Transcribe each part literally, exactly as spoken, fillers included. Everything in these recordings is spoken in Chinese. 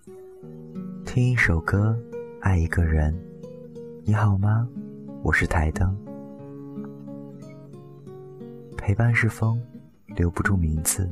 听一首歌，爱一个人。你好吗？我是台灯。陪伴是风，留不住名字。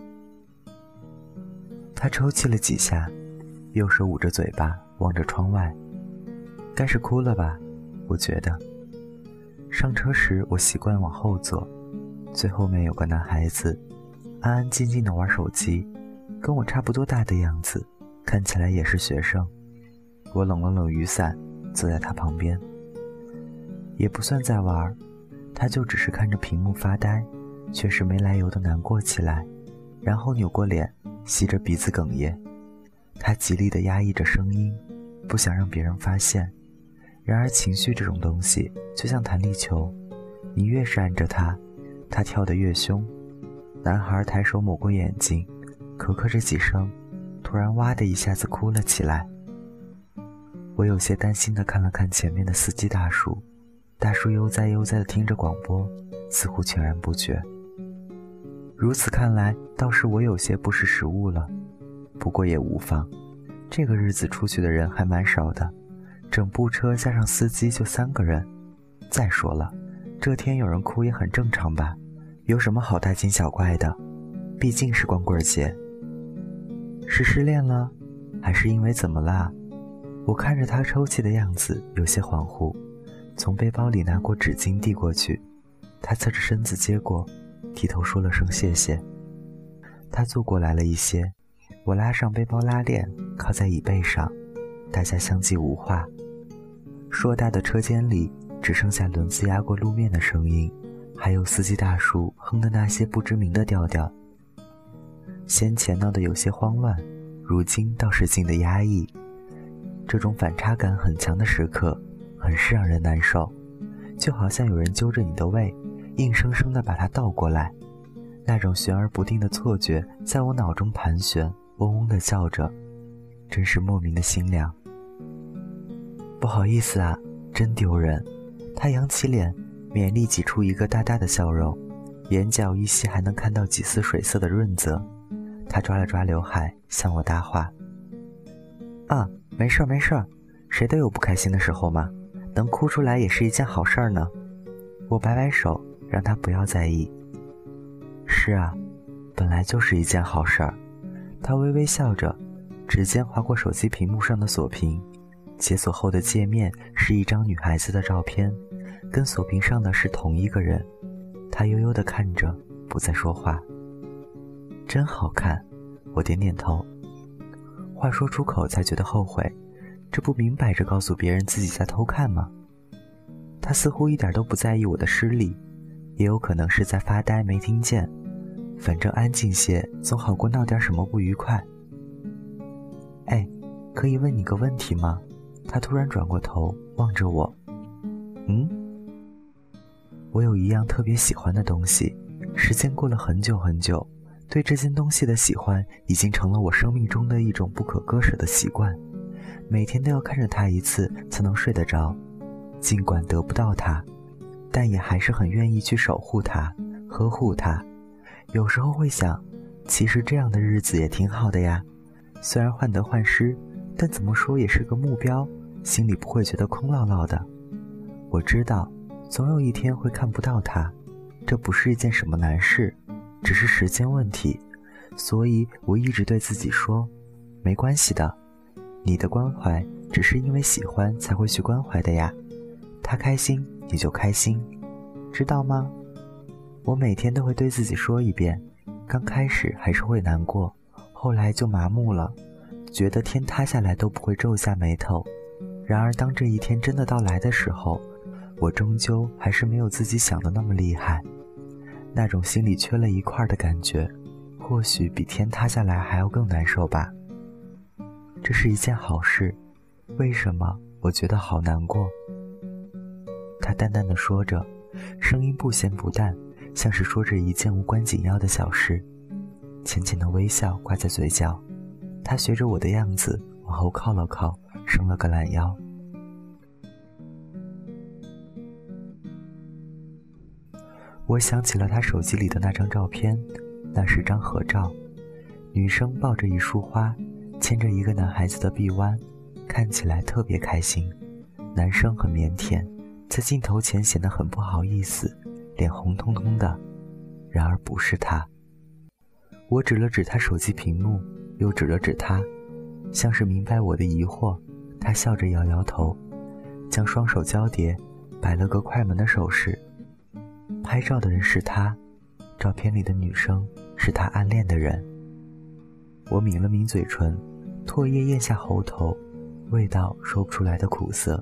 他抽泣了几下，右手捂着嘴巴，望着窗外。该是哭了吧，我觉得。上车时我习惯往后坐，最后面有个男孩子，安安静静地玩手机，跟我差不多大的样子，看起来也是学生。我冷了冷雨伞，坐在他旁边。也不算在玩，他就只是看着屏幕发呆，却是没来由的难过起来，然后扭过脸，吸着鼻子哽咽。他极力地压抑着声音，不想让别人发现。然而情绪这种东西就像弹力球，你越是按着它，它跳得越凶。男孩抬手抹过眼睛，咳咳着几声，突然哇的一下子哭了起来。我有些担心地看了看前面的司机大叔，大叔悠哉悠哉地听着广播，似乎全然不觉。如此看来，倒是我有些不识时务了，不过也无妨，这个日子出去的人还蛮少的，整部车加上司机就三个人。再说了，这天有人哭也很正常吧，有什么好大惊小怪的，毕竟是光棍节。是失恋了，还是因为怎么啦？我看着他抽泣的样子，有些恍惚，从背包里拿过纸巾递过去，他侧着身子接过，低头说了声谢谢。他坐过来了一些，我拉上背包拉链，靠在椅背上，大家相继无话。硕大的车间里只剩下轮子压过路面的声音，还有司机大叔哼的那些不知名的调调。先前闹得有些慌乱，如今倒是静得压抑。这种反差感很强的时刻，很是让人难受，就好像有人揪着你的胃，硬生生地把它倒过来。那种悬而不定的错觉在我脑中盘旋，嗡嗡地叫着，真是莫名的心凉。不好意思啊，真丢人。他扬起脸，勉力挤出一个大大的笑容，眼角依稀还能看到几丝水色的润泽。他抓了抓刘海，向我搭话。啊，没事没事，谁都有不开心的时候嘛，能哭出来也是一件好事呢。我摆摆手，让他不要在意。是啊，本来就是一件好事儿。他微微笑着，指尖划过手机屏幕上的锁屏，解锁后的界面是一张女孩子的照片，跟锁屏上的是同一个人。他悠悠地看着，不再说话。真好看，我点点头。话说出口才觉得后悔，这不明摆着告诉别人自己在偷看吗？他似乎一点都不在意我的失礼，也有可能是在发呆没听见，反正安静些总好过闹点什么不愉快。哎，可以问你个问题吗？他突然转过头望着我。嗯？我有一样特别喜欢的东西，时间过了很久很久，对这件东西的喜欢已经成了我生命中的一种不可割舍的习惯，每天都要看着它一次才能睡得着。尽管得不到它，但也还是很愿意去守护它，呵护它。有时候会想，其实这样的日子也挺好的呀，虽然患得患失，但怎么说也是个目标，心里不会觉得空落落的。我知道总有一天会看不到它，这不是一件什么难事，只是时间问题，所以我一直对自己说，没关系的，你的关怀只是因为喜欢才会去关怀的呀，他开心你就开心，知道吗？我每天都会对自己说一遍，刚开始还是会难过，后来就麻木了，觉得天塌下来都不会皱下眉头。然而当这一天真的到来的时候，我终究还是没有自己想的那么厉害。那种心里缺了一块的感觉，或许比天塌下来还要更难受吧。这是一件好事，为什么我觉得好难过？他淡淡地说着，声音不咸不淡，像是说着一件无关紧要的小事。浅浅的微笑挂在嘴角，他学着我的样子往后靠了靠，伸了个懒腰。我想起了他手机里的那张照片，那是张合照，女生抱着一束花， 牵着一个男孩子的臂弯，看起来特别开心。男生很腼腆，在镜头前显得很不好意思，脸红彤彤的。然而不是他。我指了指他手机屏幕，又指了指他，像是明白我的疑惑。他笑着摇摇头，将双手交叠，摆了个快门的手势。拍照的人是他，照片里的女生是他暗恋的人。我抿了抿嘴唇，唾液咽下喉头，味道说不出来的苦涩。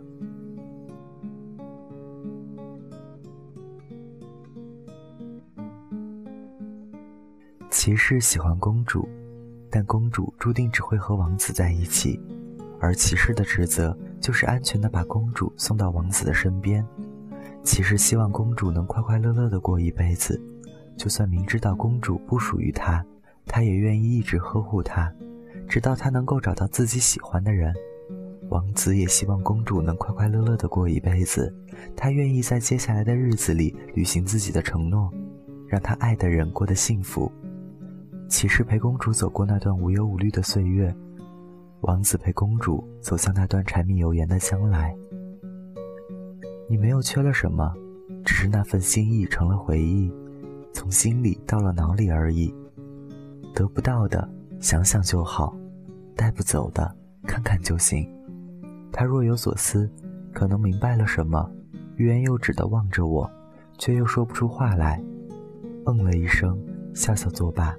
骑士喜欢公主，但公主注定只会和王子在一起，而骑士的职责就是安全地把公主送到王子的身边。骑士希望公主能快快乐乐地过一辈子，就算明知道公主不属于他，他也愿意一直呵护她，直到他能够找到自己喜欢的人。王子也希望公主能快快乐乐地过一辈子，他愿意在接下来的日子里履行自己的承诺，让他爱的人过得幸福。骑士陪公主走过那段无忧无虑的岁月，王子陪公主走向那段柴米油盐的将来。你没有缺了什么，只是那份心意成了回忆，从心里到了脑里而已。得不到的想想就好，带不走的看看就行。他若有所思，可能明白了什么，欲言又止地望着我，却又说不出话来，嗯了一声，笑笑作罢。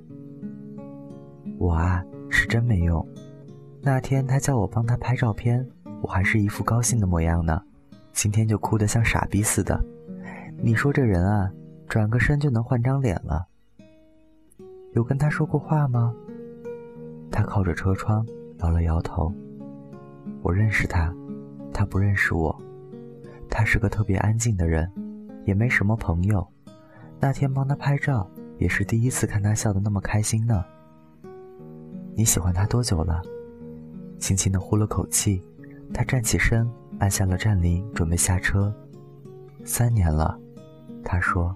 我啊，是真没用。那天他叫我帮他拍照片，我还是一副高兴的模样呢，今天就哭得像傻逼似的。你说这人啊，转个身就能换张脸了。有跟他说过话吗？他靠着车窗摇了摇头。我认识他，他不认识我。他是个特别安静的人，也没什么朋友。那天帮他拍照，也是第一次看他笑得那么开心呢。你喜欢他多久了？轻轻地呼了口气，他站起身，按下了站铃，准备下车。三年了，他说。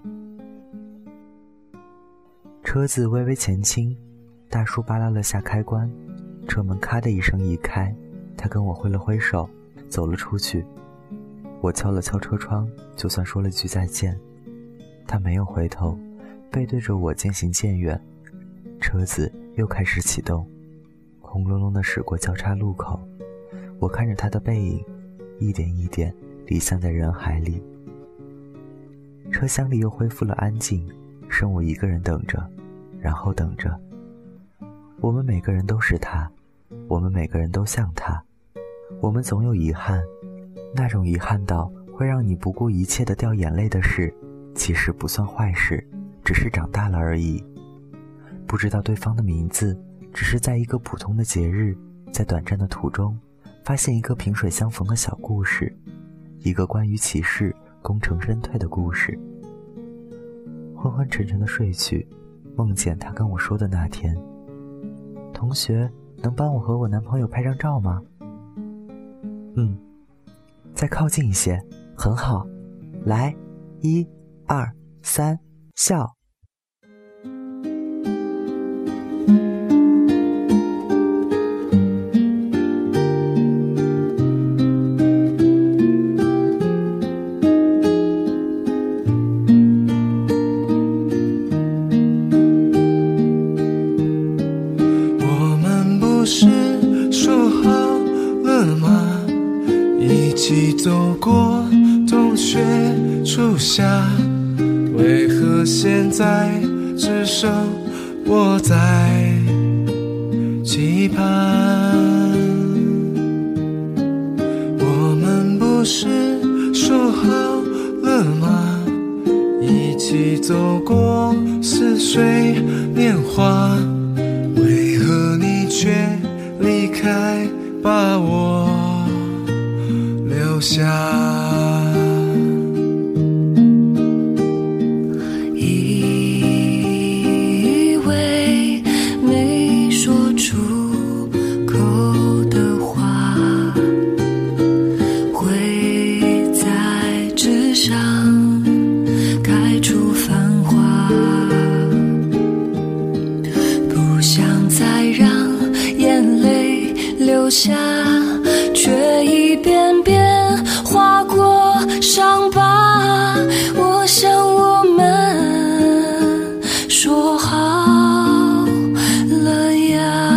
车子微微前倾，大叔扒拉了下开关，车门咔的一声一开，他跟我挥了挥手，走了出去。我敲了敲车窗，就算说了句再见。他没有回头，背对着我渐行渐远。车子又开始启动，轰隆隆地驶过交叉路口。我看着他的背影，一点一点离散在人海里。车厢里又恢复了安静，剩我一个人等着，然后等着。我们每个人都是他，我们每个人都像他。我们总有遗憾，那种遗憾到会让你不顾一切地掉眼泪的事，其实不算坏事，只是长大了而已。不知道对方的名字，只是在一个普通的节日，在短暂的途中，发现一个萍水相逢的小故事，一个关于骑士功成身退的故事。昏昏沉沉的睡去，梦见他跟我说的那天，同学，能帮我和我男朋友拍张照吗？嗯，再靠近一些，很好，来，一、二、三，笑。 一起走过冬雪初夏，为何现在只剩我在期盼？我们不是说好了吗？一起走过似水年华，为何你却离开，把我留下？ 以为没说出口的话，会在纸上开出繁华，不想再让眼泪留下，却一遍遍划过伤疤。我想我们说好了呀。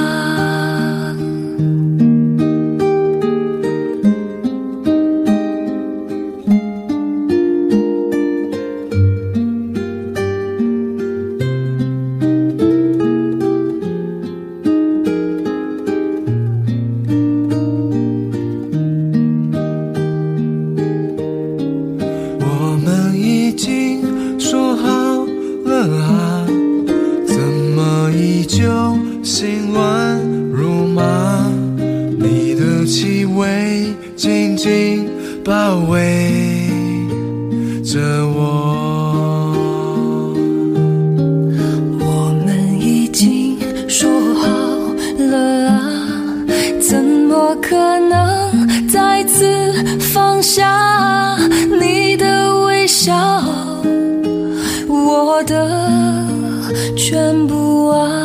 心乱如麻，你的气味紧紧包围着我。 我们已经说好了啊，怎么可能再次放下？你的微笑，我的全部啊。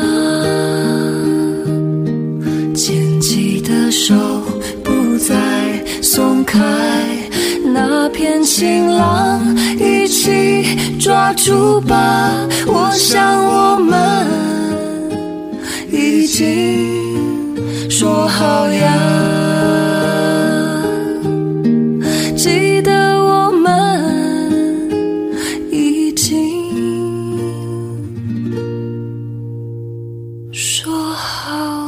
牵起的手不再松开，那片晴朗一起抓住吧。我想我们已经说好呀，记得我们已经说好。